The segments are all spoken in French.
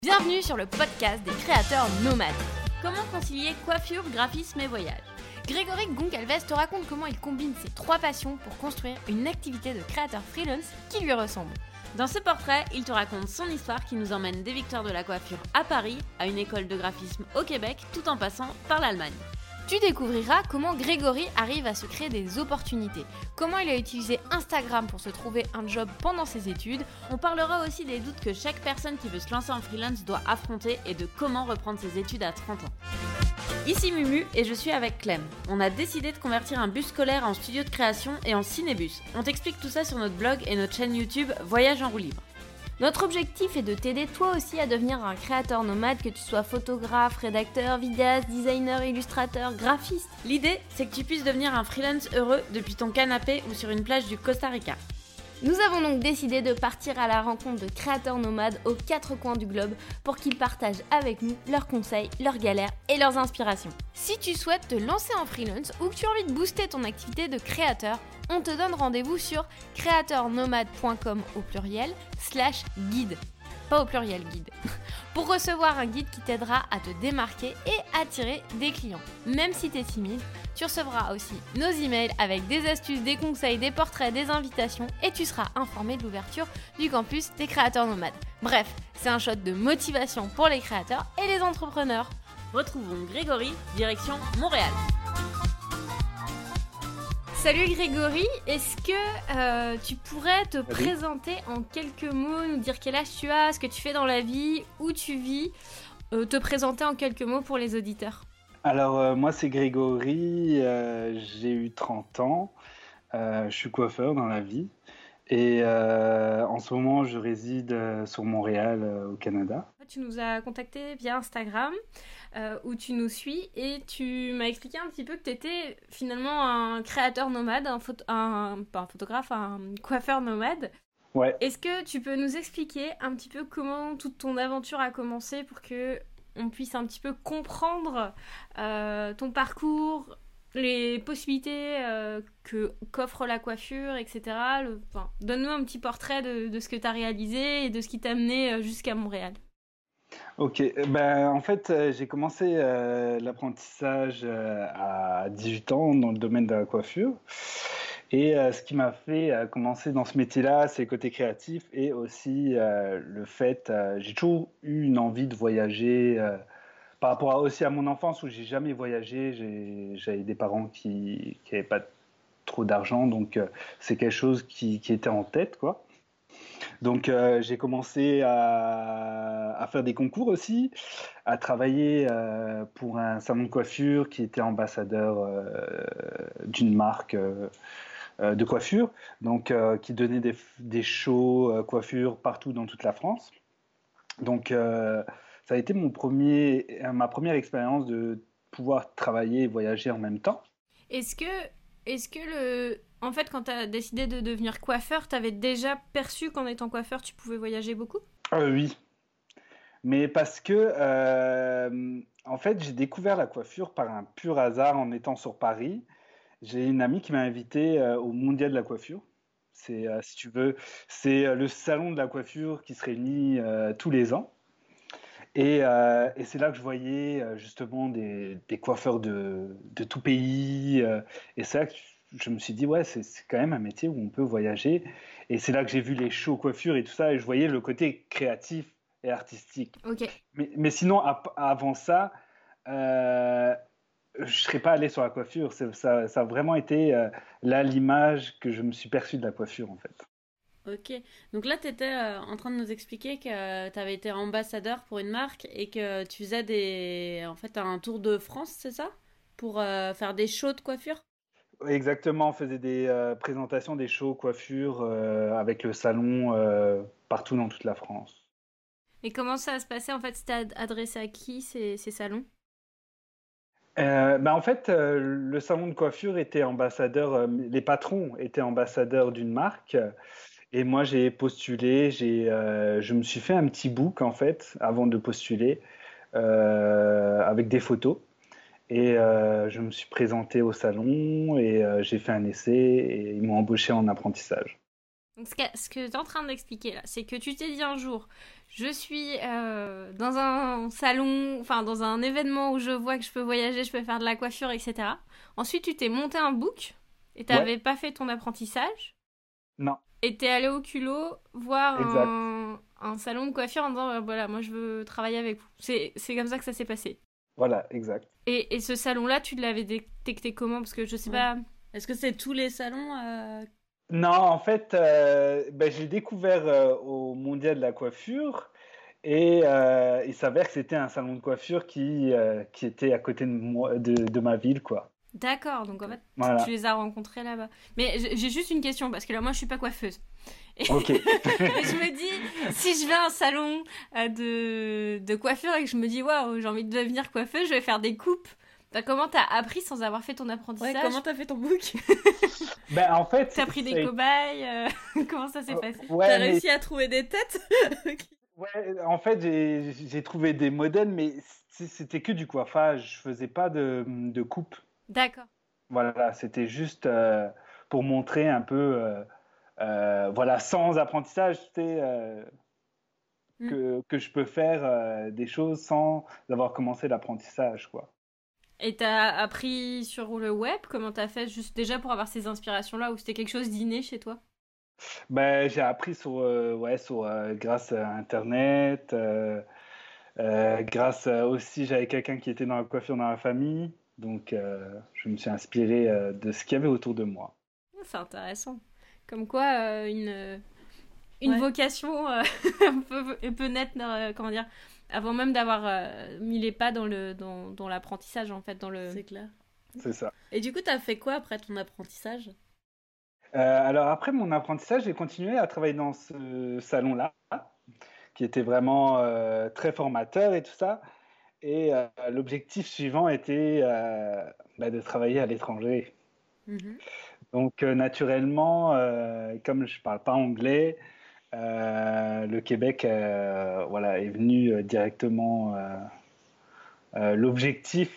Bienvenue sur le podcast des créateurs nomades. Comment concilier coiffure, graphisme et voyage? Grégory Goncalves te raconte comment il combine ses trois passions pour construire une activité de créateur freelance qui lui ressemble. Dans ce portrait, il te raconte son histoire qui nous emmène des victoires de la coiffure à Paris, à une école de graphisme au Québec, tout en passant par l'Allemagne. Tu découvriras comment Grégory arrive à se créer des opportunités, comment il a utilisé Instagram pour se trouver un job pendant ses études. On parlera aussi des doutes que chaque personne qui veut se lancer en freelance doit affronter et de comment reprendre ses études à 30 ans. Ici Mumu et je suis avec Clem. On a décidé de convertir un bus scolaire en studio de création et en cinébus. On t'explique tout ça sur notre blog et notre chaîne YouTube Voyage en roue libre. Notre objectif est de t'aider toi aussi à devenir un créateur nomade, que tu sois photographe, rédacteur, vidéaste, designer, illustrateur, graphiste. L'idée, c'est que tu puisses devenir un freelance heureux depuis ton canapé ou sur une plage du Costa Rica. Nous avons donc décidé de partir à la rencontre de créateurs nomades aux quatre coins du globe pour qu'ils partagent avec nous leurs conseils, leurs galères et leurs inspirations. Si tu souhaites te lancer en freelance ou que tu as envie de booster ton activité de créateur, on te donne rendez-vous sur créateurnomade.com au pluriel /guide. Pas au pluriel guide. Pour recevoir un guide qui t'aidera à te démarquer et attirer des clients. Même si tu es timide, tu recevras aussi nos emails avec des astuces, des conseils, des portraits, des invitations et tu seras informé de l'ouverture du campus des créateurs nomades. Bref, c'est un shot de motivation pour les créateurs et les entrepreneurs. Retrouvons Grégory, direction Montréal. Salut Grégory, est-ce que tu pourrais te présenter en quelques mots, nous dire quel âge tu as, ce que tu fais dans la vie, où tu vis, te présenter en quelques mots pour les auditeurs? Alors, moi, c'est Grégory, j'ai eu 30 ans, je suis coiffeur dans la vie et en ce moment, je réside sur Montréal, au Canada. Tu nous as contacté via Instagram, où tu nous suis et tu m'as expliqué un petit peu que tu étais finalement un créateur nomade, pas un photographe, un coiffeur nomade. Ouais. Est-ce que tu peux nous expliquer un petit peu comment toute ton aventure a commencé pour que on puisse un petit peu comprendre ton parcours, les possibilités qu'offre la coiffure, etc. Donne-nous un petit portrait de ce que tu as réalisé et de ce qui t'a amené jusqu'à Montréal. Ok, en fait, j'ai commencé l'apprentissage à 18 ans dans le domaine de la coiffure. Et ce qui m'a fait commencer dans ce métier-là, c'est le côté créatif et aussi le fait, j'ai toujours eu une envie de voyager par rapport aussi à mon enfance où j'ai jamais voyagé. J'avais des parents qui n'avaient pas trop d'argent, donc c'est quelque chose qui était en tête, quoi. Donc j'ai commencé à faire des concours aussi, à travailler pour un salon de coiffure qui était ambassadeur d'une marque de coiffure, donc qui donnait des shows coiffure partout dans toute la France. Donc ça a été ma première expérience de pouvoir travailler et voyager en même temps. En fait, quand tu as décidé de devenir coiffeur, tu avais déjà perçu qu'en étant coiffeur, tu pouvais voyager beaucoup? Oui, mais parce que en fait, j'ai découvert la coiffure par un pur hasard en étant sur Paris. J'ai une amie qui m'a invité au Mondial de la coiffure. C'est, si tu veux, c'est le salon de la coiffure qui se réunit tous les ans. Et c'est là que je voyais justement des coiffeurs de tout pays. Et c'est là que je me suis dit, ouais, c'est quand même un métier où on peut voyager. Et c'est là que j'ai vu les shows coiffure et tout ça. Et je voyais le côté créatif et artistique. Ok. Mais sinon, avant ça, je ne serais pas allé sur la coiffure. Ça a vraiment été là l'image que je me suis perçue de la coiffure, en fait. Ok, donc là tu étais en train de nous expliquer que tu avais été ambassadeur pour une marque et que tu faisais en fait un tour de France, c'est ça? Pour faire des shows de coiffure? Exactement, on faisait des présentations, des shows coiffure avec le salon partout dans toute la France. Et comment ça se passait en fait? C'était adressé à qui ces salons? En fait, le salon de coiffure était ambassadeur, les patrons étaient ambassadeurs d'une marque. Et moi, j'ai postulé, je me suis fait un petit book en fait avant de postuler avec des photos. Et je me suis présenté au salon et j'ai fait un essai et ils m'ont embauché en apprentissage. Donc, ce que tu es en train d'expliquer là, c'est que tu t'es dit un jour, je suis dans un salon, enfin dans un événement où je vois que je peux voyager, je peux faire de la coiffure, etc. Ensuite, tu t'es monté un book et Ouais, t'avais pas fait ton apprentissage non, et t'es allé au culot voir exact. un salon de coiffure en disant voilà, moi je veux travailler avec vous. C'est comme ça que ça s'est passé. Voilà, exact. Et ce salon-là, tu l'avais détecté comment? Parce que je sais Ouais. pas. Est-ce que c'est tous les salons Non, en fait, j'ai découvert au Mondial de la coiffure et il s'avère que c'était un salon de coiffure qui était à côté de moi, de ma ville, quoi. D'accord, donc en fait, tu Voilà. les as rencontrés là-bas. Mais j'ai juste une question, parce que là, moi, je suis pas coiffeuse. Et, Ok. et je me dis, si je vais à un salon de coiffure et que je me dis, waouh, j'ai envie de devenir coiffeuse, je vais faire des coupes. Bah, comment t'as appris sans avoir fait ton Ouais, apprentissage? comment t'as fait ton book? Ben, en fait, T'as pris des cobayes comment ça s'est passé? ouais, T'as mais réussi à trouver des têtes? ouais, en fait, j'ai trouvé des modèles, mais c'était que du coiffage. Je faisais pas de coupe. D'accord. Voilà, c'était juste pour montrer un peu, voilà, sans apprentissage, tu sais, Mm. que je peux faire des choses sans avoir commencé l'apprentissage, quoi. Et t'as appris sur le web? Comment t'as fait juste déjà pour avoir ces inspirations-là ou c'était quelque chose d'inné chez toi? Ben, j'ai appris grâce à Internet, grâce aussi, j'avais quelqu'un qui était dans la coiffure dans la famille, donc je me suis inspiré de ce qu'il y avait autour de moi. C'est intéressant. Comme quoi, une Ouais, vocation peut naître, comment dire, avant même d'avoir mis les pas dans l'apprentissage, en fait, dans le... c'est clair. C'est ça. Et du coup, t'as fait quoi après ton apprentissage? Alors après mon apprentissage, j'ai continué à travailler dans ce salon-là, qui était vraiment très formateur et tout ça. Et l'objectif suivant était de travailler à l'étranger. Mhm. Donc naturellement, comme je parle pas anglais, le Québec voilà, est venu directement l'objectif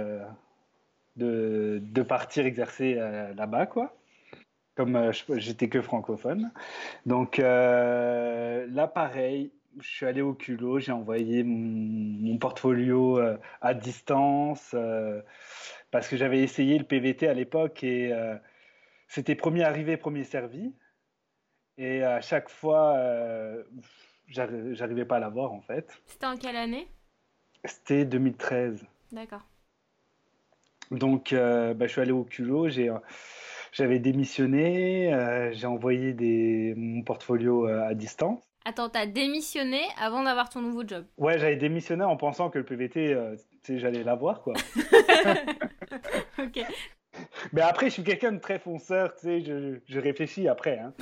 de partir exercer là-bas, quoi. Comme j'étais que francophone. Donc là, pareil, je suis allé au culot, j'ai envoyé mon portfolio à distance parce que j'avais essayé le PVT à l'époque et c'était premier arrivé, premier servi. Et à chaque fois, j'arrivais pas à l'avoir en fait. C'était en quelle année? C'était 2013. D'accord. Donc je suis allé au culot, j'avais démissionné, j'ai envoyé mon portfolio à distance. Attends, t'as démissionné avant d'avoir ton nouveau job. Ouais, j'avais démissionné en pensant que le PVT, tu sais, j'allais l'avoir, quoi. Ok. Mais après, je suis quelqu'un de très fonceur, tu sais, je réfléchis après, hein.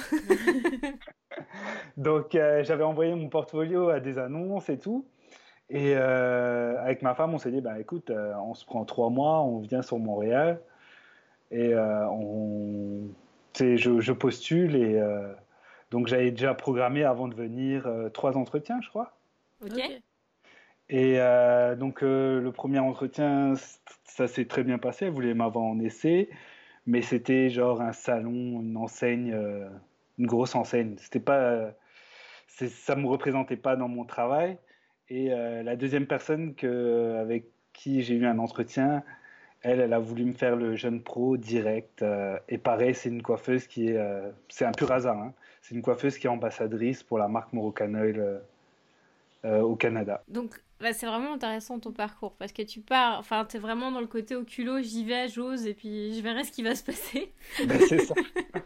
Donc, j'avais envoyé mon portfolio à des annonces et tout. Et avec ma femme, on s'est dit, bah écoute, on se prend 3 mois, on vient sur Montréal et tu sais, je postule et donc j'avais déjà programmé avant de venir 3 entretiens, je crois. Ok. Ok. Et donc le premier entretien, ça s'est très bien passé. Elle voulait m'avoir en essai, mais c'était genre un salon, une enseigne, une grosse enseigne. C'était pas, ça me représentait pas dans mon travail. Et la deuxième personne avec qui j'ai eu un entretien, elle a voulu me faire le jeune pro direct. Et pareil, c'est une coiffeuse c'est un pur hasard, hein. C'est une coiffeuse qui est ambassadrice pour la marque Moroccan Oil au Canada. Donc, bah, c'est vraiment intéressant ton parcours parce que tu pars, enfin, t'es vraiment dans le côté au culot, j'y vais, j'ose et puis je verrai ce qui va se passer. Ben, c'est ça.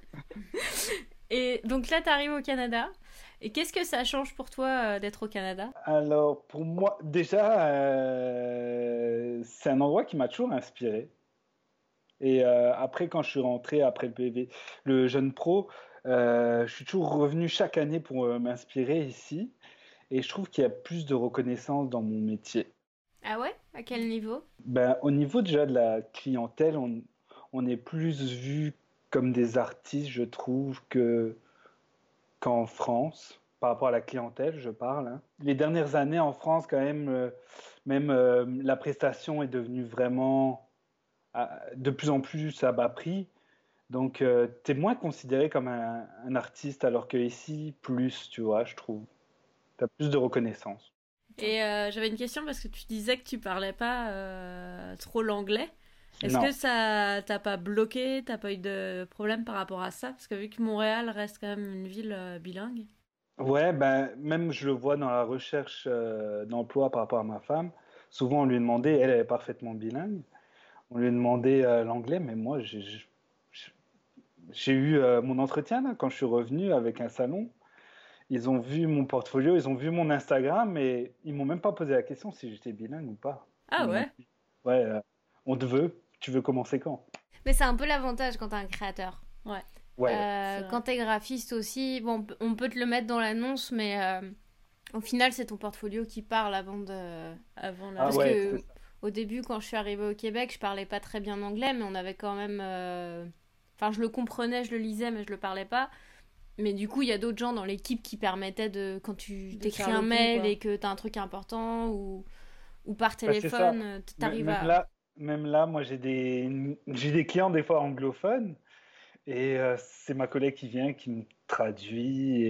Et donc là, t'arrives au Canada. Et qu'est-ce que ça change pour toi d'être au Canada? Alors, pour moi, déjà, c'est un endroit qui m'a toujours inspiré. Et après, quand je suis rentré après le jeune pro, je suis toujours revenu chaque année pour m'inspirer ici. Et je trouve qu'il y a plus de reconnaissance dans mon métier. Ah ouais? À quel niveau? Ben, au niveau déjà de la clientèle, on est plus vu comme des artistes, je trouve, qu'en France, par rapport à la clientèle, je parle, hein. Les dernières années en France, quand même, la prestation est devenue vraiment de plus en plus à bas prix. Donc, t'es moins considéré comme un artiste, alors que ici, plus, tu vois, je trouve. T'as plus de reconnaissance. Et j'avais une question parce que tu disais que tu parlais pas trop l'anglais. Est-ce Non. que ça t'a pas bloqué? T'as pas eu de problème par rapport à ça? Parce que vu que Montréal reste quand même une ville bilingue. Ouais, ben, même je le vois dans la recherche d'emploi par rapport à ma femme. Souvent, on lui demandait, elle est parfaitement bilingue. On lui demandait l'anglais, mais moi, j'ai eu mon entretien là, quand je suis revenu avec un salon. Ils ont vu mon portfolio, ils ont vu mon Instagram, et ils m'ont même pas posé la question si j'étais bilingue ou pas. Ah Ils m'ont ouais? dit, ouais, on te veut, tu veux commencer quand? Mais c'est un peu l'avantage quand t'es un créateur. Ouais. Ouais, C'est vrai. Quand t'es graphiste aussi, bon, on peut te le mettre dans l'annonce, mais au final, c'est ton portfolio qui parle avant de. Avant ah Parce la. ouais, que c'est ça. au début, quand je suis arrivée au Québec, je parlais pas très bien anglais, mais on avait quand même. Enfin, je le comprenais, je le lisais, mais je le parlais pas. Mais du coup, il y a d'autres gens dans l'équipe qui permettaient de. Quand tu De t'écris faire un le pont, mail quoi. et que t'as un truc important ou par Bah, c'est ça. téléphone, t'arrives Même à. là, même là, moi j'ai des clients des fois anglophones, et c'est ma collègue qui vient, qui me traduit,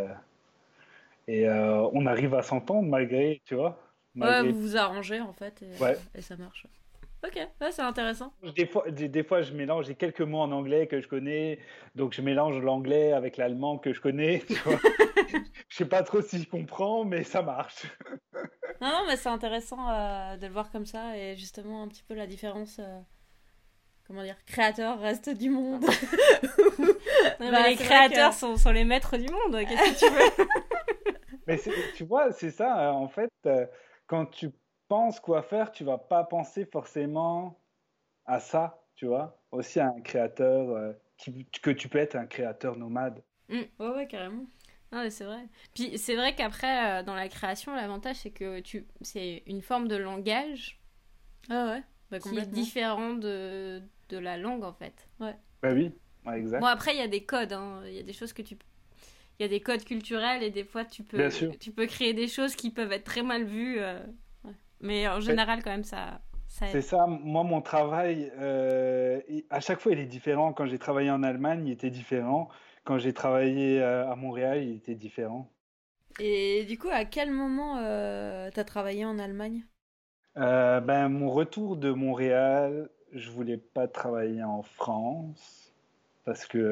et on arrive à s'entendre malgré, tu vois, Ouais, malgré. vous vous arrangez en fait Ouais. et ça marche. Ok, ouais, c'est intéressant. Des fois, je mélange, j'ai quelques mots en anglais que je connais, donc je mélange l'anglais avec l'allemand que je connais, tu vois. Je sais pas trop si je comprends, mais ça marche. Non, non, mais c'est intéressant de le voir comme ça et justement un petit peu la différence, comment dire, créateur, reste du monde. Non, Bah, mais les c'est vrai créateurs que- sont les maîtres du monde, qu'est-ce que tu veux? Mais tu vois, c'est ça, en fait, quand tu penses quoi faire, tu vas pas penser forcément à ça, tu vois. Aussi à un créateur, que tu peux être un créateur nomade. Ouais, ouais, carrément. Non, mais c'est vrai. Puis c'est vrai qu'après, dans la création, l'avantage, c'est que c'est une forme de langage Ah ouais, bah qui est complètement. différent de la langue, en fait. Ouais. Bah oui, ouais, Bon, exact. après, il y a des codes, hein. Il y a des choses que tu... Il y a des codes culturels et des fois, Bien sûr. tu peux créer des choses qui peuvent être très mal vues. Ouais. Mais en général, quand même, ça C'est aide. ça, moi mon travail, à chaque fois il est différent. Quand j'ai travaillé en Allemagne, il était différent. Quand j'ai travaillé à Montréal, il était différent. Et du coup, à quel moment t'as travaillé en Allemagne? Ben, mon retour de Montréal, je voulais pas travailler en France parce que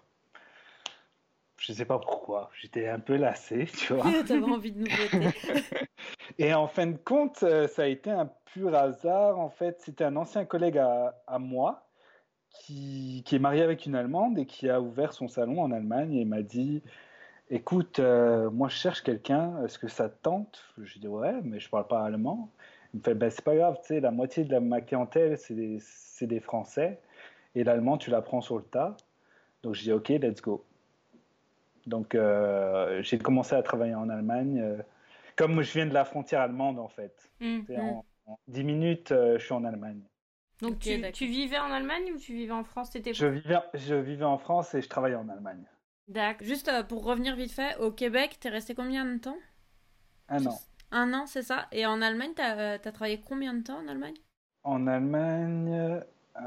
je sais pas pourquoi, j'étais un peu lassé, tu vois. T'avais envie de nouveautés. Et en fin de compte, ça a été un pur hasard. En fait, c'était un ancien collègue à moi qui est marié avec une Allemande et qui a ouvert son salon en Allemagne et m'a dit, écoute, moi je cherche quelqu'un, est-ce que ça te tente? Je dis ouais, mais je parle pas allemand. Il me fait, ben, c'est pas grave, tu sais, la moitié de ma clientèle, c'est des Français, et l'allemand, tu l'apprends sur le tas. Donc je dis ok, let's go. Donc j'ai commencé à travailler en Allemagne, comme je viens de la frontière allemande en fait. Mm. Tu sais, en 10 minutes, je suis en Allemagne. Donc, Ok, d'accord. tu vivais en Allemagne ou tu vivais en France? T'étais... Je vivais en France et je travaillais en Allemagne. D'accord. Juste pour revenir vite fait, au Québec, t'es resté combien de temps? Un an. Un an, c'est ça? Et en Allemagne, t'as travaillé combien de temps en Allemagne? En Allemagne,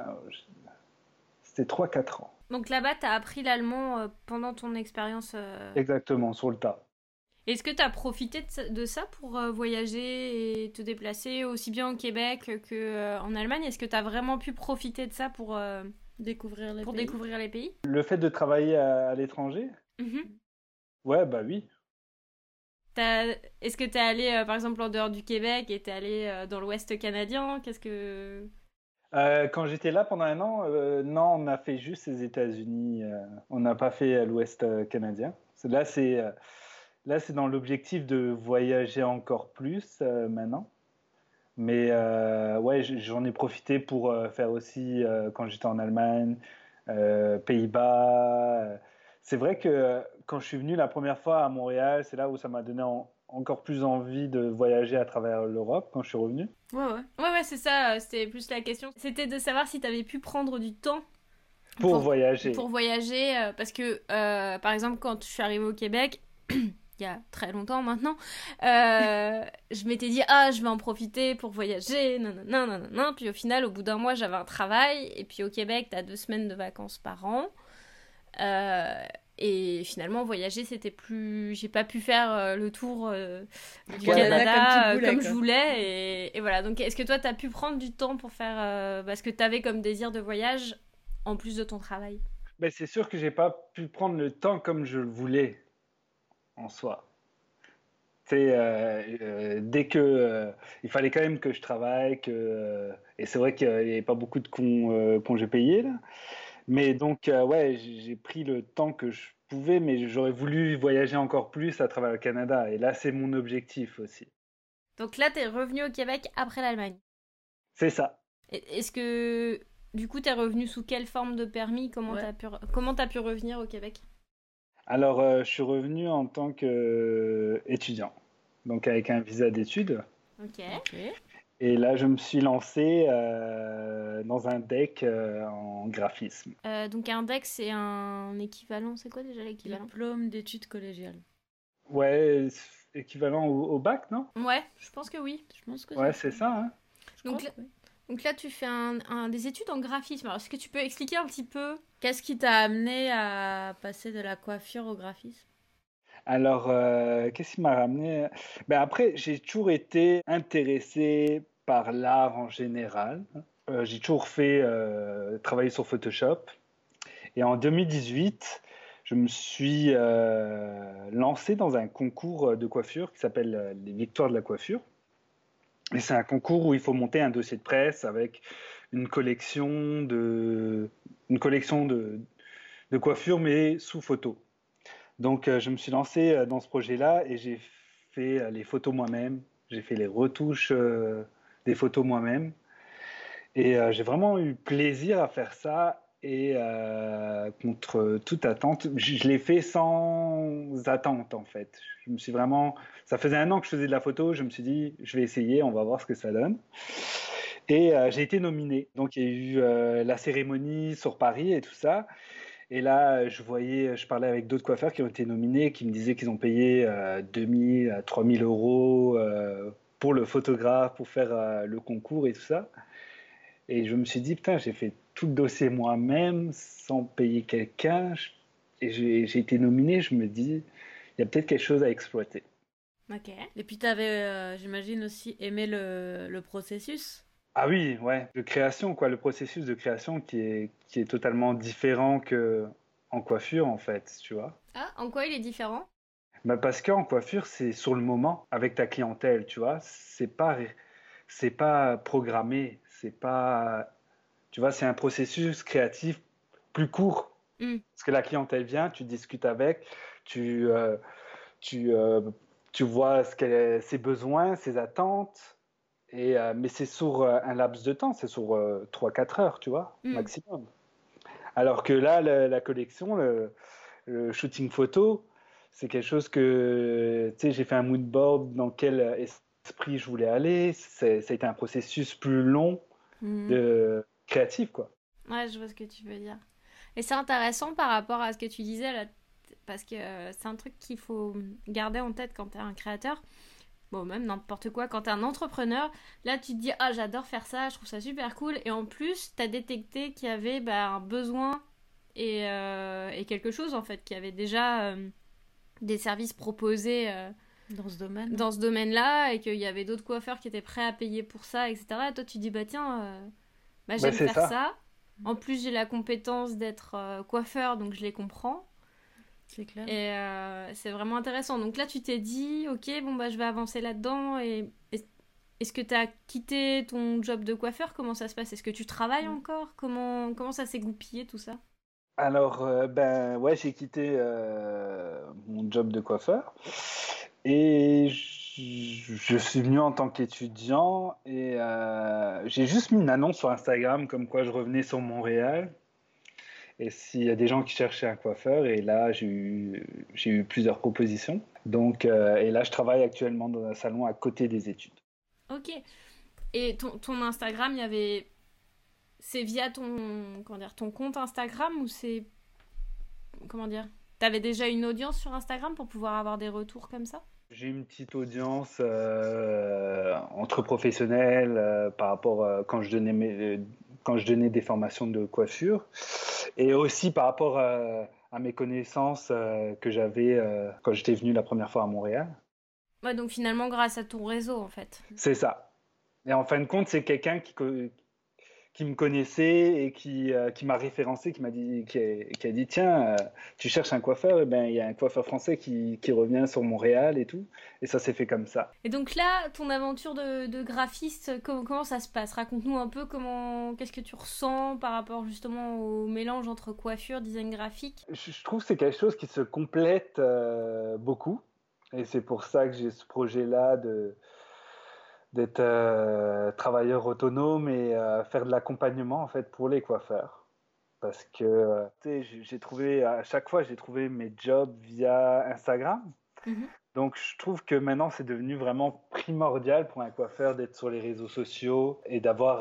c'était 3 4 ans. Donc là-bas, t'as appris l'allemand pendant ton expérience. Exactement, sur le tas. Est-ce que t'as profité de ça pour voyager et te déplacer aussi bien au Québec que en Allemagne? Est-ce que t'as vraiment pu profiter de ça Découvrir les pour pays. découvrir les pays? Le fait de travailler à l'étranger, Mhm. ouais, bah oui. Est-ce que t'es allé, par exemple, en dehors du Québec et t'es allé dans l'Ouest canadien? Qu'est-ce que... Quand j'étais là pendant un an, non, on a fait juste les États-Unis. On n'a pas fait l'Ouest canadien. Là, c'est dans l'objectif de voyager encore plus maintenant. Mais ouais, j'en ai profité pour faire aussi quand j'étais en Allemagne, Pays-Bas. C'est vrai que quand je suis venu la première fois à Montréal, c'est là où ça m'a donné encore plus envie de voyager à travers l'Europe quand je suis revenu. Ouais, ouais. Ouais, c'est ça, c'était plus la question. C'était de savoir si t'avais pu prendre du temps Pour voyager. pour voyager, parce que, par exemple, quand je suis arrivée au Québec, il y a très longtemps maintenant, je m'étais dit je vais en profiter pour voyager, nanana. Puis au final, au bout d'un mois, j'avais un travail. Et puis au Québec, t'as 2 semaines de vacances par an. Et finalement, voyager, c'était plus. J'ai pas pu faire le tour du Canada comme je voulais. Et voilà. Donc, est-ce que toi, t'as pu prendre du temps pour faire ce que t'avais comme désir de voyage en plus de ton travail? Ben, c'est sûr que j'ai pas pu prendre le temps comme je le voulais en soi. Dès que il fallait quand même que je travaille, et c'est vrai qu'il n'y avait pas beaucoup de congés payés là. Mais donc ouais, j'ai pris le temps que je pouvais, mais j'aurais voulu voyager encore plus à travers le Canada. Et là, c'est mon objectif aussi. Donc là, t'es revenu au Québec après l'Allemagne. C'est ça. Est-ce que du coup, t'es revenu sous quelle forme de permis? Comment t'as pu revenir au Québec? Alors, je suis revenu en tant qu'étudiant, donc avec un visa d'études. Ok. Et là, je me suis lancé dans un deck en graphisme. Donc un DEC, c'est un équivalent. C'est quoi déjà l'équivalent? Diplôme d'études collégiales. Ouais, équivalent au bac, non? Ouais, je pense que oui. Je pense que Ouais, c'est ça, hein. Donc là, tu fais des études en graphisme. Alors, est-ce que tu peux expliquer un petit peu? Qu'est-ce qui t'a amené à passer de la coiffure au graphisme? Alors, qu'est-ce qui m'a ramené? Ben après, j'ai toujours été intéressé par l'art en général. J'ai toujours fait travailler sur Photoshop. Et en 2018, je me suis lancé dans un concours de coiffure qui s'appelle les Victoires de la coiffure. Et c'est un concours où il faut monter un dossier de presse avec une collection de coiffures, mais sous photo. Donc, je me suis lancé dans ce projet-là et j'ai fait les photos moi-même. J'ai fait les retouches des photos moi-même. Et j'ai vraiment eu plaisir à faire ça. Et contre toute attente, je l'ai fait sans attente en fait. Je me suis vraiment, ça faisait 1 an que je faisais de la photo. Je me suis dit, je vais essayer, on va voir ce que ça donne. Et j'ai été nominé. Donc il y a eu la cérémonie sur Paris et tout ça. Et là, je parlais avec d'autres coiffeurs qui ont été nominés, qui me disaient qu'ils ont payé 2000 à 3000 euros pour le photographe, pour faire le concours et tout ça. Et je me suis dit, putain, j'ai fait tout le dossier moi-même, sans payer quelqu'un. Et j'ai été nominé, je me dis, il y a peut-être quelque chose à exploiter. Ok. Et puis t'avais, j'imagine aussi aimé le processus. Ah oui, ouais, de création, quoi, le processus de création qui est totalement différent que en coiffure, en fait, tu vois. Ah, en quoi il est différent? Bah parce qu'en coiffure, c'est sur le moment, avec ta clientèle, tu vois. C'est pas programmé, c'est pas, tu vois, c'est un processus créatif plus court. Parce que la clientèle vient, tu discutes avec, tu, euh, tu, euh, tu vois ses besoins, ses attentes, mais c'est sur un laps de temps, c'est sur 3-4 heures, tu vois, maximum. Alors que là, la collection, le shooting photo, c'est quelque chose que, tu sais, j'ai fait un mood board dans quel esprit je voulais aller. Ça a été un processus plus long de créatif, quoi. Ouais, je vois ce que tu veux dire. Et c'est intéressant par rapport à ce que tu disais là, parce que c'est un truc qu'il faut garder en tête quand t'es un créateur. Bon, même n'importe quoi, quand t'es un entrepreneur, là tu te dis j'adore faire ça, je trouve ça super cool. Et en plus, t'as détecté qu'il y avait un besoin et quelque chose en fait, qu'il y avait déjà des services proposés Dans ce domaine. dans ce domaine-là et qu'il y avait d'autres coiffeurs qui étaient prêts à payer pour ça, etc. Et toi tu dis tiens, j'aime c'est faire ça. En plus, j'ai la compétence d'être coiffeur, donc je les comprends. C'est clair. Et c'est vraiment intéressant. Donc là, tu t'es dit, ok, je vais avancer là-dedans. Et est-ce que tu as quitté ton job de coiffeur? Comment ça se passe? Est-ce que tu travailles encore? Comment ça s'est goupillé tout ça? Alors, ouais, j'ai quitté mon job de coiffeur et je suis venu en tant qu'étudiant et j'ai juste mis une annonce sur Instagram comme quoi je revenais sur Montréal et s'il y a des gens qui cherchaient un coiffeur et là j'ai eu plusieurs propositions. Donc, et là je travaille actuellement dans un salon à côté des études. Ok. Et ton Instagram, il y avait... C'est via ton compte Instagram ou c'est... Comment dire? T'avais déjà une audience sur Instagram pour pouvoir avoir des retours comme ça? J'ai une petite audience entre professionnels par rapport quand je donnais des formations de coiffure et aussi par rapport à mes connaissances que j'avais quand j'étais venu la première fois à Montréal. Ouais, donc finalement grâce à ton réseau en fait. C'est ça. Et en fin de compte, c'est quelqu'un qui me connaissait et qui m'a référencé, qui a dit tiens, tu cherches un coiffeur, eh ben, il y a un coiffeur français qui revient sur Montréal et tout. Et ça s'est fait comme ça. Et donc là, ton aventure de graphiste, comment ça se passe? Raconte-nous un peu qu'est-ce que tu ressens par rapport justement au mélange entre coiffure, design graphique. Je trouve que c'est quelque chose qui se complète beaucoup. Et c'est pour ça que j'ai ce projet-là d'être travailleur autonome et faire de l'accompagnement en fait pour les coiffeurs. Parce que tu sais, à chaque fois j'ai trouvé mes jobs via Instagram. Mhm. Donc je trouve que maintenant c'est devenu vraiment primordial pour un coiffeur d'être sur les réseaux sociaux et d'avoir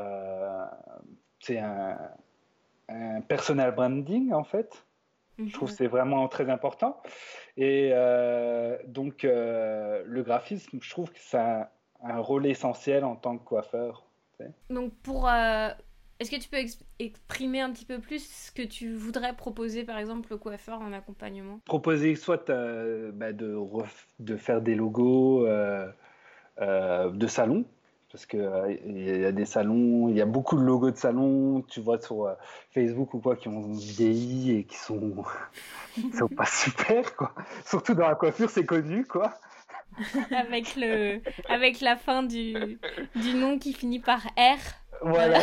un personal branding en fait. Je trouve que c'est vraiment très important. Et donc le graphisme, je trouve que c'est un rôle essentiel en tant que coiffeur. Tu sais. Donc est-ce que tu peux exprimer un petit peu plus ce que tu voudrais proposer par exemple au coiffeur en accompagnement? Proposer soit de faire des logos de salon, parce que il y a des salons, il y a beaucoup de logos de salons, tu vois sur Facebook ou quoi, qui ont vieilli et qui sont pas super quoi. Surtout dans la coiffure, c'est connu quoi. Avec la fin du nom qui finit par R. Voilà.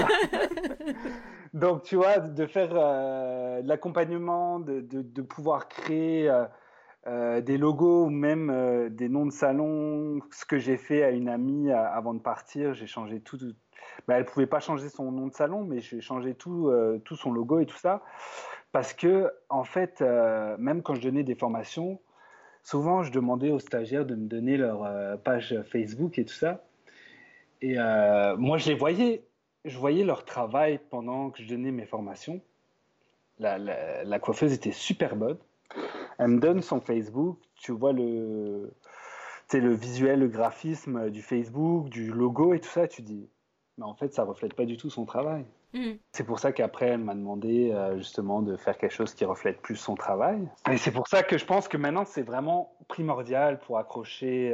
Donc, tu vois, de faire de l'accompagnement, de pouvoir créer des logos ou même des noms de salon. Ce que j'ai fait à une amie avant de partir, j'ai changé tout. Ben, elle ne pouvait pas changer son nom de salon, mais j'ai changé tout son logo et tout ça. Parce que, en fait, même quand je donnais des formations, souvent je demandais aux stagiaires de me donner leur page Facebook et tout ça. Et moi, je voyais leur travail pendant que je donnais mes formations. La coiffeuse était super bonne. Elle me donne son Facebook, tu vois le visuel, le graphisme du Facebook, du logo et tout ça, tu dis, mais en fait, ça reflète pas du tout son travail. Mmh. C'est pour ça qu'après, elle m'a demandé justement de faire quelque chose qui reflète plus son travail. Et c'est pour ça que je pense que maintenant, c'est vraiment primordial pour accrocher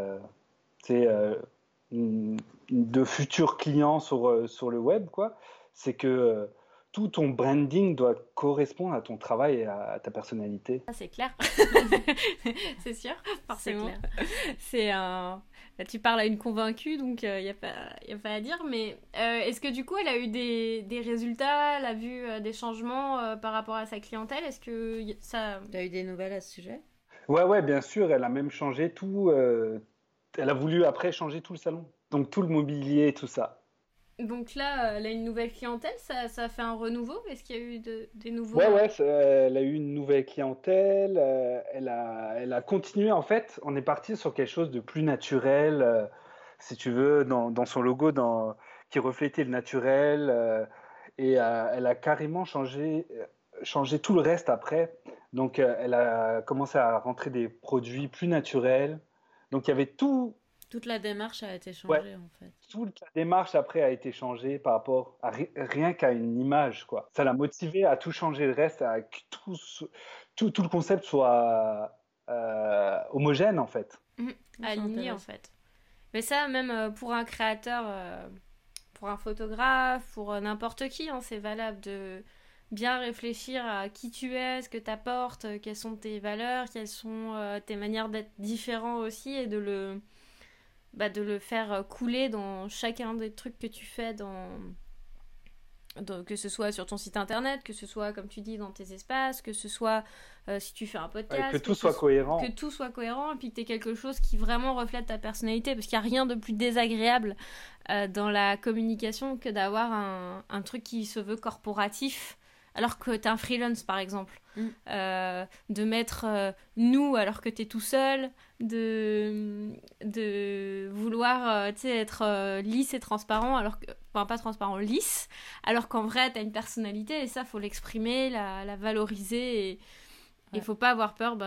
de futurs clients sur le web, quoi. C'est que tout ton branding doit correspondre à ton travail et à ta personnalité. Ça, c'est clair. C'est sûr, forcément. C'est un... Tu parles à une convaincue, donc il n'y a pas à dire. Mais est-ce que du coup, elle a eu des résultats, elle a vu des changements par rapport à sa clientèle? Est-ce que ça... Tu as eu des nouvelles à ce sujet? Ouais, bien sûr. Elle a même changé tout. Elle a voulu après changer tout le salon. Donc tout le mobilier, tout ça. Donc là, elle a une nouvelle clientèle, ça a fait un renouveau? Est-ce qu'il y a eu des nouveaux... Ouais, elle a eu une nouvelle clientèle. Elle a continué. En fait, on est parti sur quelque chose de plus naturel, si tu veux, dans son logo, qui reflétait le naturel. Et elle a carrément changé tout le reste après. Donc, elle a commencé à rentrer des produits plus naturels. Donc, il y avait tout. Toute la démarche a été changée, Ouais. en fait. Toute la démarche après a été changée par rapport à rien qu'à une image, quoi. Ça l'a motivé à tout changer le reste, à que tout le concept soit homogène, en fait. Aligné, en fait. Mais ça, même pour un créateur, pour un photographe, pour n'importe qui, hein, c'est valable de bien réfléchir à qui tu es, ce que tu apportes, quelles sont tes valeurs, quelles sont tes manières d'être différent aussi, et de le faire couler dans chacun des trucs que tu fais, que ce soit sur ton site internet, que ce soit, comme tu dis, dans tes espaces, que ce soit si tu fais un podcast. Ouais, que tout soit cohérent. Que tout soit cohérent, et puis que tu aies quelque chose qui vraiment reflète ta personnalité, parce qu'il n'y a rien de plus désagréable dans la communication que d'avoir un truc qui se veut corporatif, alors que tu es un freelance, par exemple. De mettre nous alors que tu es tout seul, de vouloir être lisse et transparent, enfin pas transparent, lisse, alors qu'en vrai tu as une personnalité, et ça faut l'exprimer, la valoriser, Il faut pas avoir peur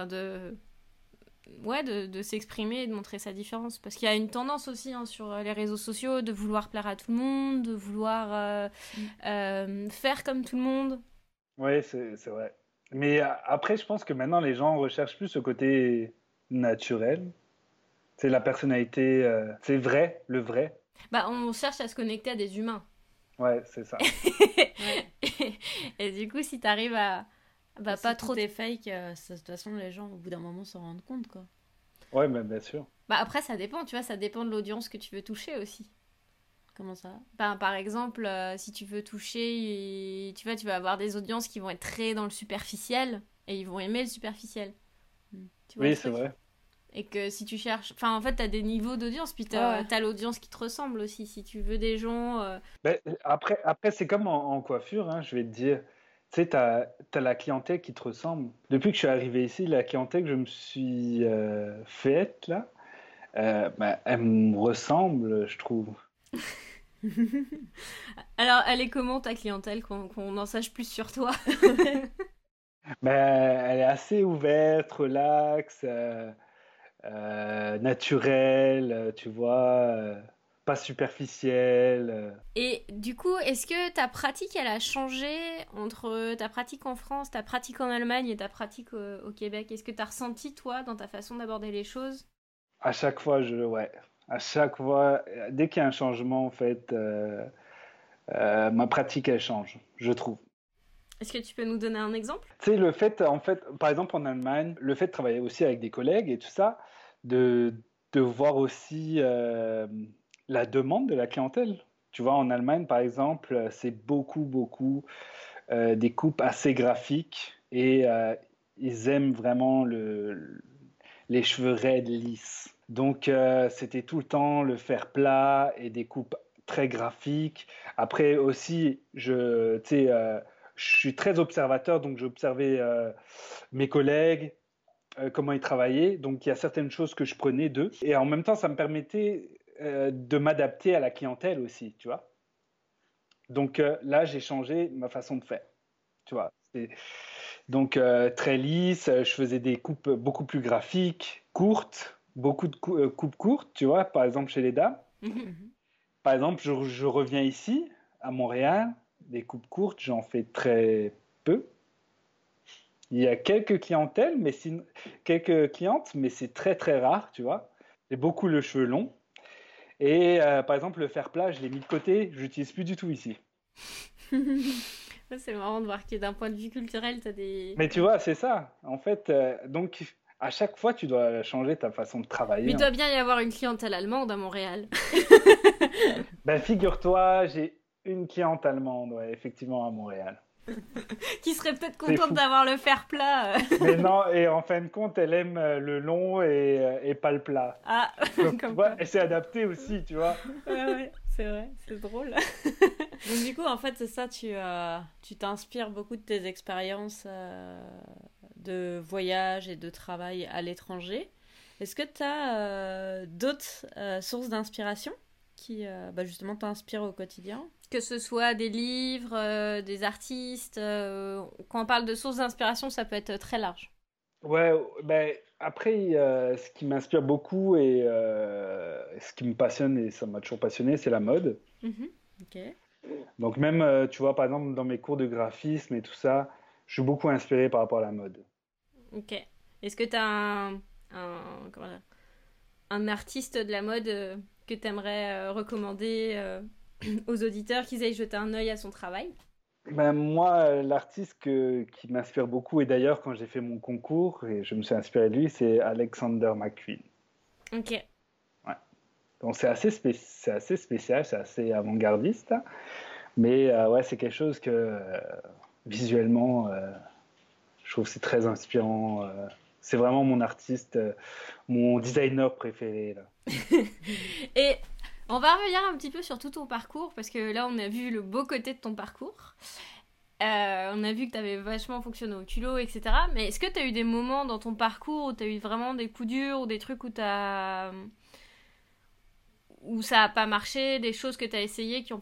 de s'exprimer et de montrer sa différence. Parce qu'il y a une tendance aussi sur les réseaux sociaux de vouloir plaire à tout le monde, de vouloir faire comme tout le monde. Oui, c'est vrai. Mais après, je pense que maintenant, les gens recherchent plus ce côté naturel. C'est la personnalité, c'est vrai, le vrai. On cherche à se connecter à des humains. Ouais, c'est ça. Et du coup, si t'arrives à pas trop... T'es fake, de toute façon, les gens, au bout d'un moment, s'en rendent compte, quoi. Ouais, mais bien sûr. Après, ça dépend, tu vois, ça dépend de l'audience que tu veux toucher aussi. Comment ça? Par exemple, si tu veux toucher, tu vois, tu vas avoir des audiences qui vont être très dans le superficiel et ils vont aimer le superficiel. Tu vois Oui, le c'est truc. vrai. Et que si tu cherches... Enfin, en fait, t'as des niveaux d'audience, puis t'as l'audience qui te ressemble aussi. Si tu veux des gens... Ben, après, c'est comme en coiffure, hein, je vais te dire. Tu sais, t'as la clientèle qui te ressemble. Depuis que je suis arrivé ici, la clientèle que je me suis faite, là, elle me ressemble, je trouve. Alors, elle est comment ta clientèle, qu'on en sache plus sur toi? Ben, elle est assez ouverte, relax, naturelle, tu vois, pas superficielle. Et du coup, est-ce que ta pratique, elle a changé entre ta pratique en France, ta pratique en Allemagne et ta pratique au Québec? Est-ce que tu as ressenti, toi, dans ta façon d'aborder les choses? À chaque fois, ouais. À chaque fois, dès qu'il y a un changement, en fait, ma pratique, elle change, je trouve. Est-ce que tu peux nous donner un exemple? Tu sais, le fait, en fait, par exemple en Allemagne, le fait de travailler aussi avec des collègues et tout ça, de, de voir aussi la demande de la clientèle. Tu vois, en Allemagne, par exemple, c'est beaucoup des coupes assez graphiques et ils aiment vraiment les cheveux raides, lisses. Donc, c'était tout le temps le fer plat et des coupes très graphiques. Après aussi, tu sais, je suis très observateur, donc j'observais mes collègues, comment ils travaillaient. Donc, il y a certaines choses que je prenais d'eux. Et en même temps, ça me permettait de m'adapter à la clientèle aussi, tu vois. Donc là, j'ai changé ma façon de faire, tu vois. Donc, très lisse, je faisais des coupes beaucoup plus graphiques, courtes, beaucoup de coupes courtes, tu vois, par exemple chez les dames. Par exemple, je reviens ici, à Montréal, des coupes courtes, j'en fais très peu. Il y a quelques clientes, mais c'est très rare, tu vois. J'ai beaucoup le cheveu long. Et par exemple, le fer plat, je l'ai mis de côté, je l'utilise plus du tout ici. C'est marrant de voir que d'un point de vue culturel, t'as des... Mais tu vois, c'est ça. En fait, donc, à chaque fois, tu dois changer ta façon de travailler. Mais il doit bien y avoir une clientèle allemande à Montréal. Ben, figure-toi, j'ai une cliente allemande, ouais, effectivement, à Montréal. Qui serait peut-être contente d'avoir le fer plat. Mais non, et en fin de compte, elle aime le long et pas le plat. Ah, donc, comme ouais, elle s'est adaptée aussi, tu vois. Ouais, c'est vrai, c'est drôle. Donc du coup, en fait, c'est ça, tu t'inspires beaucoup de tes expériences de voyage et de travail à l'étranger. Est-ce que tu as d'autres sources d'inspiration qui justement t'inspirent au quotidien? Que ce soit des livres, des artistes, quand on parle de sources d'inspiration, ça peut être très large. Ouais, ben, après, ce qui m'inspire beaucoup et ce qui me passionne, et ça m'a toujours passionné, c'est la mode. Ok. Donc même, tu vois, par exemple, dans mes cours de graphisme et tout ça, je suis beaucoup inspiré par rapport à la mode. Ok. Est-ce que tu as comment dire, un artiste de la mode que tu aimerais recommander aux auditeurs qu'ils aillent jeter un œil à son travail? Ben, moi, l'artiste qui m'inspire beaucoup, et d'ailleurs, quand j'ai fait mon concours, et je me suis inspiré de lui, c'est Alexander McQueen. Ok. Ouais. Donc c'est assez spécial, c'est assez avant-gardiste, hein. Mais ouais, c'est quelque chose que visuellement, je trouve que c'est très inspirant. C'est vraiment mon artiste, mon designer préféré, là. Et on va revenir un petit peu sur tout ton parcours, parce que là, on a vu le beau côté de ton parcours. On a vu que tu avais vachement fonctionné au culot, etc. Mais est-ce que tu as eu des moments dans ton parcours où tu as eu vraiment des coups durs ou des trucs où ça n'a pas marché, des choses que tu as essayées qui n'ont pas été concluantes? Ben, je vais te dire, ça va être,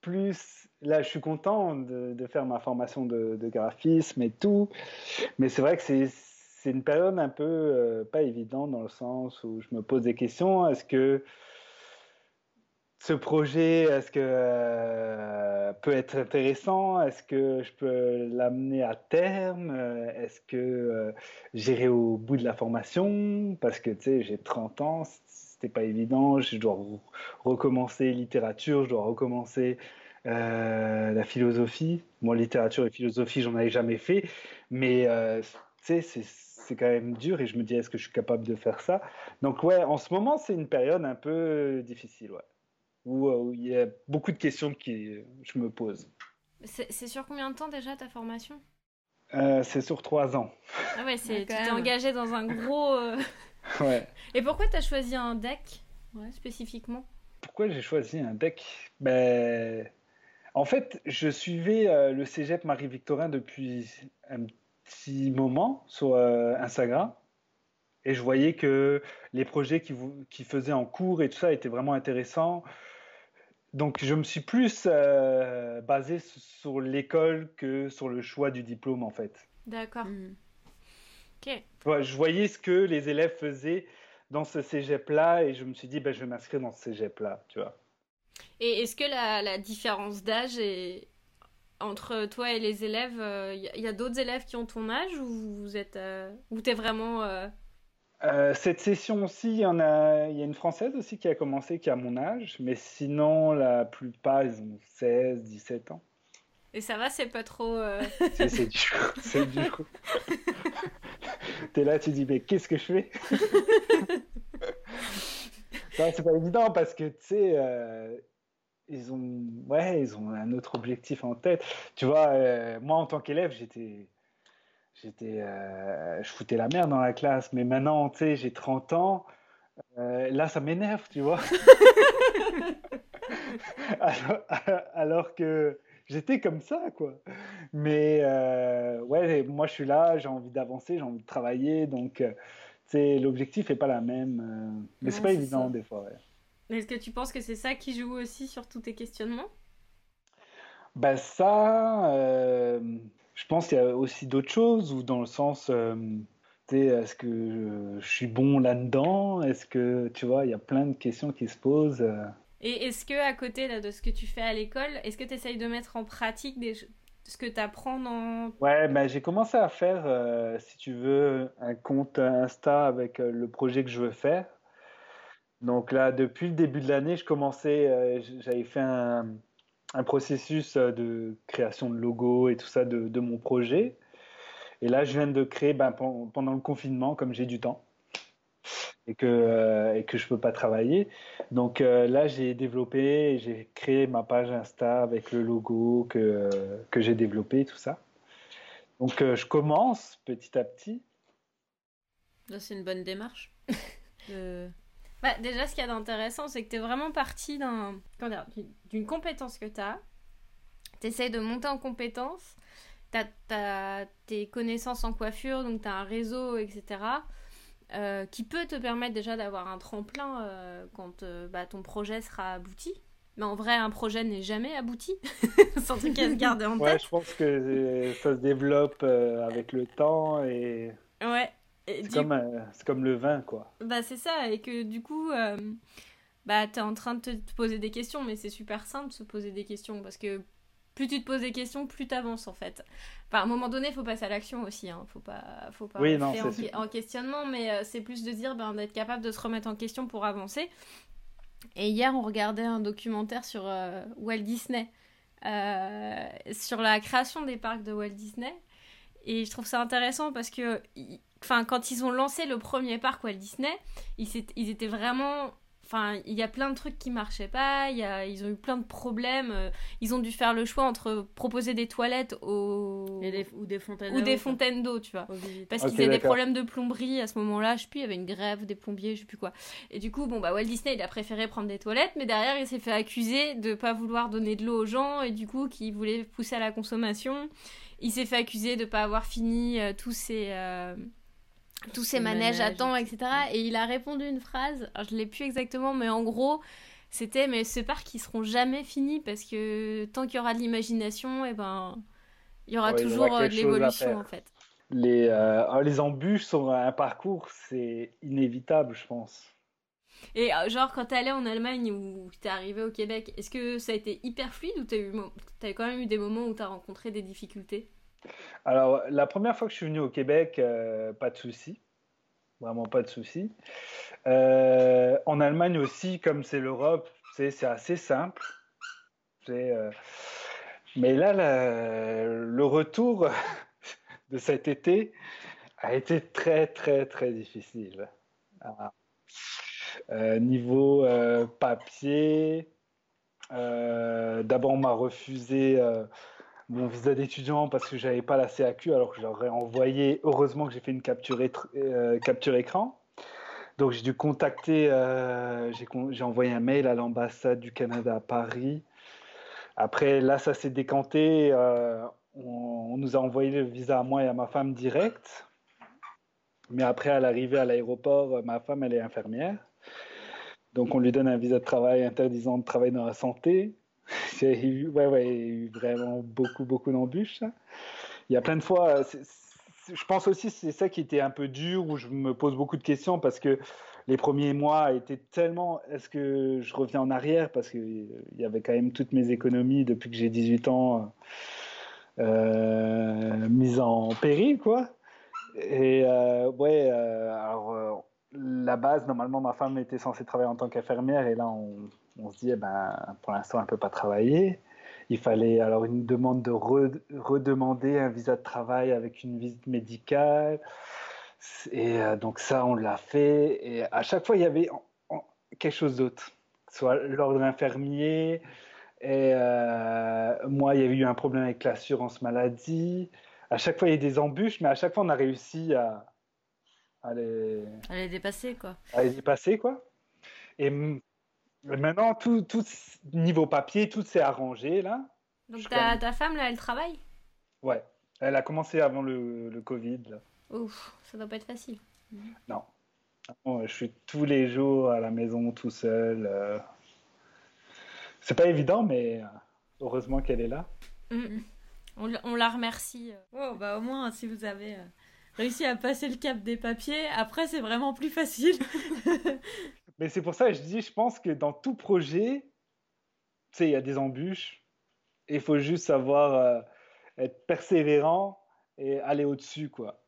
plus... Là, je suis content de faire ma formation de graphisme et tout, mais c'est vrai que c'est une période un peu pas évidente dans le sens où je me pose des questions. Est-ce que ce projet, est-ce que peut être intéressant? Est-ce que je peux l'amener à terme? Est-ce que j'irai au bout de la formation? Parce que tu sais, j'ai 30 ans, c'était pas évident. Je dois recommencer littérature, je dois recommencer la philosophie. Bon, littérature et philosophie, j'en avais jamais fait, mais tu sais, c'est quand même dur et je me dis, est-ce que je suis capable de faire ça? Donc ouais, en ce moment, c'est une période un peu difficile, ouais où il y a beaucoup de questions que je me pose. C'est sur combien de temps déjà ta formation? C'est sur 3 ans. Ah ouais, tu t'es engagé dans un gros... Ouais. Et pourquoi tu as choisi un deck spécifiquement? Pourquoi j'ai choisi un deck? En fait, je suivais le Cégep Marie-Victorin depuis un petit moment sur Instagram. Et je voyais que les projets qu'ils faisaient en cours et tout ça étaient vraiment intéressants. Donc, je me suis plus basé sur l'école que sur le choix du diplôme, en fait. D'accord. Ok. Ouais, je voyais ce que les élèves faisaient dans ce cégep-là et je me suis dit, je vais m'inscrire dans ce cégep-là, tu vois. Et est-ce que la différence d'âge est entre toi et les élèves, y a d'autres élèves qui ont ton âge ou vous êtes, ou t'es vraiment... Cette session-ci, il y a une Française aussi qui a commencé, qui a mon âge, mais sinon, la plupart, ils ont 16, 17 ans. Et ça va, c'est pas trop... C'est dur, c'est dur. T'es là, tu dis, mais qu'est-ce que je fais? Non, c'est pas évident parce que, tu sais, ils ont un autre objectif en tête. Tu vois, moi, en tant qu'élève, je foutais la merde dans la classe, mais maintenant, tu sais, j'ai 30 ans, là, ça m'énerve, tu vois. alors que j'étais comme ça, quoi. Mais ouais, moi, je suis là, j'ai envie d'avancer, j'ai envie de travailler, donc, tu sais, l'objectif n'est pas la même. Mais Non, c'est pas c'est évident, ça. des fois, ouais. Est-ce que tu penses que c'est ça qui joue aussi sur tous tes questionnements? Ça, je pense qu'il y a aussi d'autres choses, ou dans le sens, tu sais, est-ce que je suis bon là-dedans? Est-ce que, tu vois, il y a plein de questions qui se posent. Et est-ce que à côté là, de ce que tu fais à l'école, est-ce que tu essayes de mettre en pratique ce que tu apprends dans... Ouais, j'ai commencé à faire, si tu veux, un compte Insta avec le projet que je veux faire. Donc là, depuis le début de l'année, j'avais fait un processus de création de logo et tout ça de mon projet. Et là, je viens de créer pendant le confinement, comme j'ai du temps et que je peux pas travailler. Donc là, j'ai développé, et j'ai créé ma page Insta avec le logo que j'ai développé, tout ça. Donc je commence petit à petit. Là, c'est une bonne démarche. Bah, déjà, ce qu'il y a d'intéressant, c'est que tu es vraiment parti d'une compétence que tu as. Tu essayes de monter en compétence. Tu as tes connaissances en coiffure, donc tu as un réseau, etc. Qui peut te permettre déjà d'avoir un tremplin quand ton projet sera abouti. Mais en vrai, un projet n'est jamais abouti. C'est un truc à se garder en tête. Ouais, je pense que ça se développe avec le temps et Ouais. c'est comme le vin, quoi. Bah, c'est ça, et que du coup, t'es en train de te poser des questions, mais c'est super simple de se poser des questions, parce que plus tu te poses des questions, plus t'avances en fait. Enfin, à un moment donné, il faut passer à l'action aussi, hein. Faut pas Oui, non, rester en questionnement, mais c'est plus de dire d'être capable de se remettre en question pour avancer. Et hier, on regardait un documentaire sur Walt Disney, sur la création des parcs de Walt Disney, et je trouve ça intéressant parce que quand ils ont lancé le premier parc Walt Disney, ils étaient vraiment... Enfin, il y a plein de trucs qui marchaient pas, ils ont eu plein de problèmes. Ils ont dû faire le choix entre proposer des toilettes ou des fontaines d'eau, tu vois. Parce qu'ils avaient des problèmes de plomberie à ce moment-là. Je sais plus, il y avait une grève des plombiers, je sais plus quoi. Et du coup, Walt Disney, il a préféré prendre des toilettes, mais derrière, il s'est fait accuser de pas vouloir donner de l'eau aux gens et du coup, qu'il voulait pousser à la consommation. Il s'est fait accuser de pas avoir fini tous ces manèges à temps, etc. Et il a répondu une phrase, alors je ne l'ai plus exactement, mais en gros, Mais ce parc, ils seront jamais finis parce que tant qu'il y aura de l'imagination, il y aura Ouais, il y toujours aura de quelque chose à l'évolution, en faire. fait. Les embûches sur un parcours, c'est inévitable, je pense. Et genre, quand t'es allé en Allemagne ou t'es arrivé au Québec, est-ce que ça a été hyper fluide ou t'as quand même eu des moments où t'as rencontré des difficultés? Alors, la première fois que je suis venu au Québec, pas de souci, vraiment pas de souci. En Allemagne aussi, comme c'est l'Europe, c'est assez simple. C'est, euh, Mais là, le retour de cet été a été très, très, très difficile. Ah. Niveau papier, d'abord on m'a refusé mon visa d'étudiant parce que j'avais pas la CAQ alors que j'aurais envoyé. Heureusement que j'ai fait une capture écran. Donc j'ai dû contacter, j'ai envoyé un mail à l'ambassade du Canada à Paris. Après là ça s'est décanté. On nous a envoyé le visa à moi et à ma femme direct. Mais après à l'arrivée à l'aéroport, ma femme elle est infirmière. Donc on lui donne un visa de travail interdisant de travailler dans la santé. Ouais, il y a eu vraiment beaucoup, beaucoup d'embûches. Il y a plein de fois, je pense aussi que c'est ça qui était un peu dur, où je me pose beaucoup de questions parce que les premiers mois étaient tellement, est-ce que je reviens en arrière parce qu'il y avait quand même toutes mes économies depuis que j'ai 18 ans mises en péril, quoi. Et ouais, alors la base, normalement, ma femme était censée travailler en tant qu'infirmière et là, on se dit, eh ben, pour l'instant, elle ne peut pas travailler. Il fallait alors une demande de redemander un visa de travail avec une visite médicale. Et donc ça, on l'a fait. Et à chaque fois, il y avait quelque chose d'autre. Soit l'ordre infirmier. Et moi, il y avait eu un problème avec l'assurance maladie. À chaque fois, il y a des embûches, mais à chaque fois, on a réussi à les, Elle est dépassée, quoi. à les dépasser, quoi. Et maintenant, tout niveau papier, tout s'est arrangé, là. Je Donc suis quand même... ta femme, là, elle travaille? Ouais. Elle a commencé avant le Covid, là. Ouf, ça doit pas être facile. Non. Non, je suis tous les jours à la maison, tout seul. C'est pas évident, mais heureusement qu'elle est là. Mm. On la remercie. Oh, bah au moins, si vous avez réussi à passer le cap des papiers, après, c'est vraiment plus facile. Mais c'est pour ça que je dis, je pense que dans tout projet, tu sais, il y a des embûches. Et il faut juste savoir être persévérant et aller au-dessus, quoi.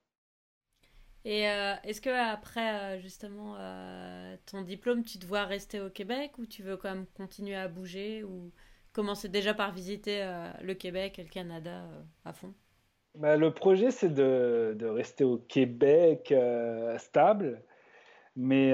Et est-ce que après justement ton diplôme, tu te vois rester au Québec ou tu veux quand même continuer à bouger ou commencer déjà par visiter le Québec et le Canada à fond? Bah, le projet, c'est de rester au Québec stable, mais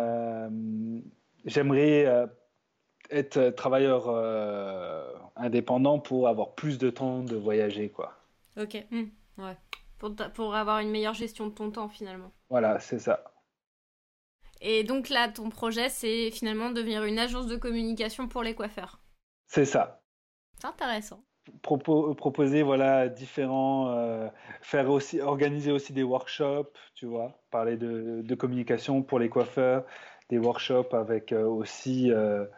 j'aimerais être travailleur indépendant pour avoir plus de temps de voyager, quoi. Ok, ouais. Pour avoir une meilleure gestion de ton temps, finalement. Voilà, c'est ça. Et donc là, ton projet, c'est finalement devenir une agence de communication pour les coiffeurs. C'est ça. C'est intéressant. Proposer voilà différents faire aussi organiser aussi des workshops, tu vois, parler de communication pour les coiffeurs, des workshops avec aussi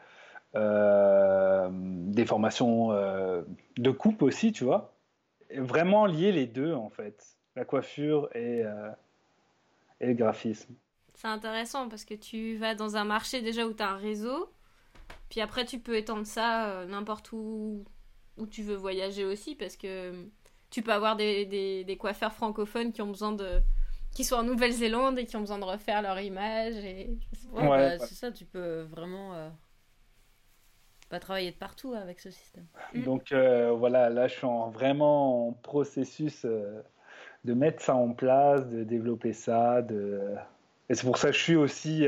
des formations de coupe aussi, tu vois. Et vraiment lier les deux en fait, la coiffure et le graphisme. C'est intéressant parce que tu vas dans un marché déjà où tu as un réseau, puis après tu peux étendre ça n'importe où tu veux voyager aussi parce que tu peux avoir des coiffeurs francophones qui sont en Nouvelle-Zélande et qui ont besoin de refaire leur image et Ouais, Ouais. bah, c'est ça, tu peux vraiment pas travailler de partout avec ce système. Donc voilà, là je suis vraiment en processus de mettre ça en place, de développer ça, et c'est pour ça que je suis aussi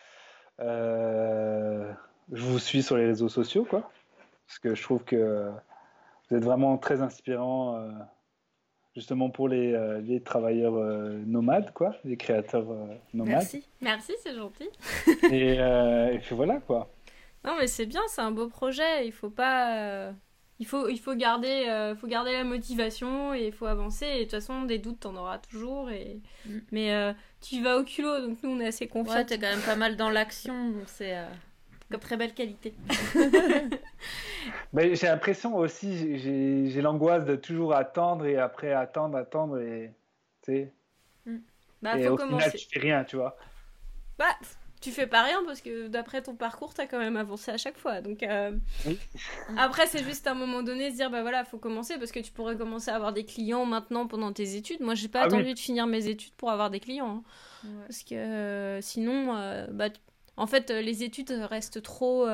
je vous suis sur les réseaux sociaux, quoi, parce que je trouve que vous êtes vraiment très inspirant, justement pour les travailleurs nomades, quoi, les créateurs nomades. Merci, c'est gentil. Et puis voilà, quoi. Non mais c'est bien, c'est un beau projet, il faut pas il faut garder la motivation et il faut avancer et de toute façon des doutes t'en auras toujours mais tu y vas au culot donc nous on est assez Ouais, confiants. t'es quand même pas mal dans l'action, donc c'est Comme très belle qualité. Mais j'ai l'impression aussi, j'ai l'angoisse de toujours attendre et après attendre et tu sais. Bah, Et faut au commencer. final, tu fais rien, tu vois. Bah, tu fais pas rien parce que d'après ton parcours, t'as quand même avancé à chaque fois. Donc Oui. après, c'est juste à un moment donné se dire bah voilà, faut commencer parce que tu pourrais commencer à avoir des clients maintenant pendant tes études. Moi, j'ai pas attendu de finir mes études pour avoir des clients, hein. Ouais. Parce que sinon, en fait, les études restent trop,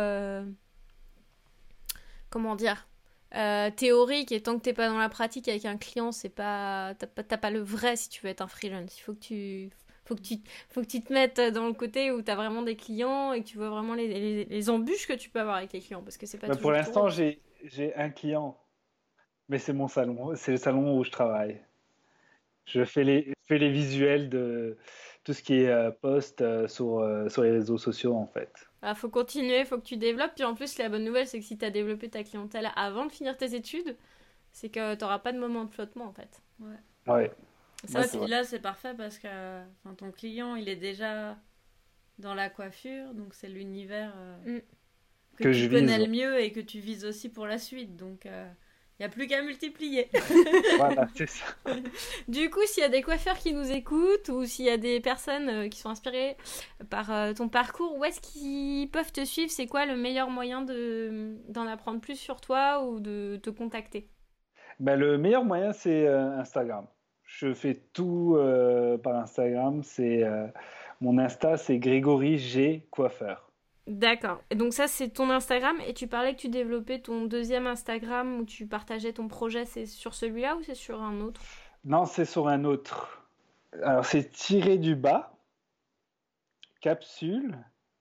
comment dire, théoriques, et tant que t'es pas dans la pratique avec un client, c'est pas, t'as pas le vrai si tu veux être un freelance. Il faut que tu te mettes dans le côté où tu as vraiment des clients et que tu vois vraiment les embûches que tu peux avoir avec les clients, parce que c'est pas toujours Pour l'instant, tout. j'ai un client, mais c'est mon salon, c'est le salon où je travaille. Je fais les visuels de tout ce qui est post sur les réseaux sociaux, en fait. Ah, faut continuer, faut que tu développes. Puis en plus, la bonne nouvelle, c'est que si tu as développé ta clientèle avant de finir tes études, c'est que tu n'auras pas de moment de flottement, en fait. Ouais. Ça, puis là, c'est parfait parce que ton client, il est déjà dans la coiffure, donc c'est l'univers que tu connais le mieux et que tu vises aussi pour la suite. Donc, il n'y a plus qu'à multiplier. Voilà, c'est ça. Du coup, s'il y a des coiffeurs qui nous écoutent ou s'il y a des personnes qui sont inspirées par ton parcours, où est-ce qu'ils peuvent te suivre? C'est quoi le meilleur moyen d'en apprendre plus sur toi ou de te contacter? Le meilleur moyen, c'est Instagram. Je fais tout par Instagram. Mon Insta, c'est Grégory G Coiffeur. D'accord. Et donc ça, c'est ton Instagram. Et tu parlais que tu développais ton deuxième Instagram où tu partageais ton projet. C'est sur celui-là ou c'est sur un autre? Non, c'est sur un autre. Alors, c'est tiré du bas, capsule,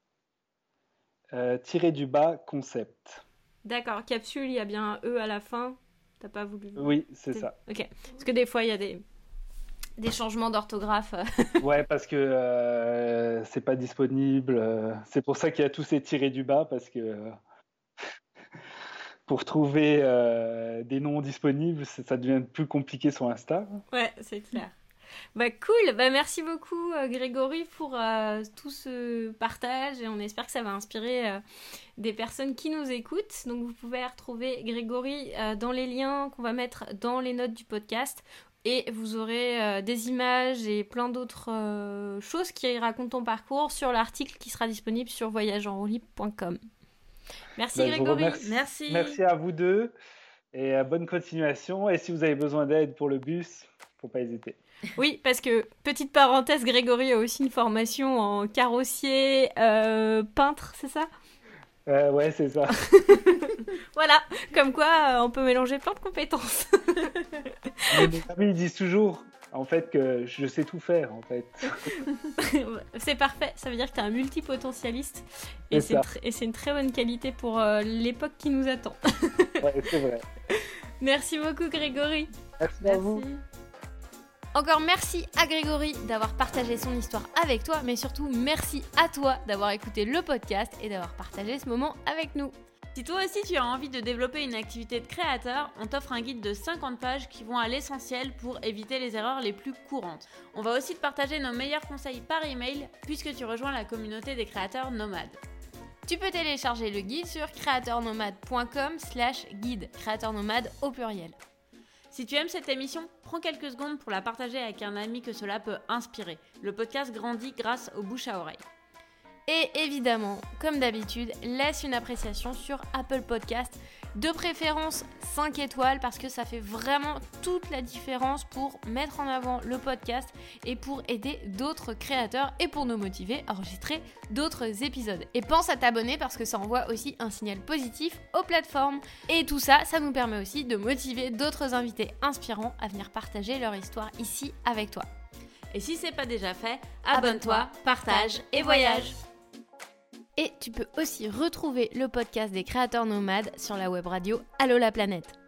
tiré du bas, concept. D'accord. Capsule, il y a bien un E à la fin. T'as pas voulu... Oui, c'est ça. Ok. Parce que des fois, il y a des changements d'orthographe. Ouais, parce que c'est pas disponible. C'est pour ça qu'il y a tous ces tirés du bas, parce que pour trouver des noms disponibles, ça devient plus compliqué sur Insta. Ouais, c'est clair. Bah cool, bah merci beaucoup Grégory pour tout ce partage et on espère que ça va inspirer des personnes qui nous écoutent. Donc vous pouvez retrouver Grégory dans les liens qu'on va mettre dans les notes du podcast. Et vous aurez des images et plein d'autres choses qui racontent ton parcours sur l'article qui sera disponible sur voyageenroue-libre.com. Merci Grégory. Merci. Merci à vous deux et bonne continuation. Et si vous avez besoin d'aide pour le bus, faut pas hésiter. Oui, parce que, petite parenthèse, Grégory a aussi une formation en carrossier, peintre, c'est ça ? Ouais, c'est ça. Voilà, comme quoi on peut mélanger plein de compétences. Mes amis ils disent toujours en fait que je sais tout faire en fait. C'est parfait, ça veut dire que tu es un multipotentialiste et c'est une très bonne qualité pour l'époque qui nous attend. Ouais, c'est vrai. Merci beaucoup Grégory. Merci à vous. Encore merci à Grégory d'avoir partagé son histoire avec toi, mais surtout merci à toi d'avoir écouté le podcast et d'avoir partagé ce moment avec nous. Si toi aussi tu as envie de développer une activité de créateur, on t'offre un guide de 50 pages qui vont à l'essentiel pour éviter les erreurs les plus courantes. On va aussi te partager nos meilleurs conseils par email puisque tu rejoins la communauté des créateurs nomades. Tu peux télécharger le guide sur createurnomade.com/guide, créateurnomade au pluriel. Si tu aimes cette émission, prends quelques secondes pour la partager avec un ami que cela peut inspirer. Le podcast grandit grâce au bouche à oreille. Et évidemment, comme d'habitude, laisse une appréciation sur Apple Podcast, de préférence 5 étoiles parce que ça fait vraiment toute la différence pour mettre en avant le podcast et pour aider d'autres créateurs et pour nous motiver à enregistrer d'autres épisodes. Et pense à t'abonner parce que ça envoie aussi un signal positif aux plateformes. Et tout ça, ça nous permet aussi de motiver d'autres invités inspirants à venir partager leur histoire ici avec toi. Et si c'est pas déjà fait, abonne-toi, partage et voyage. Et tu peux aussi retrouver le podcast des créateurs nomades sur la web radio Allo la planète.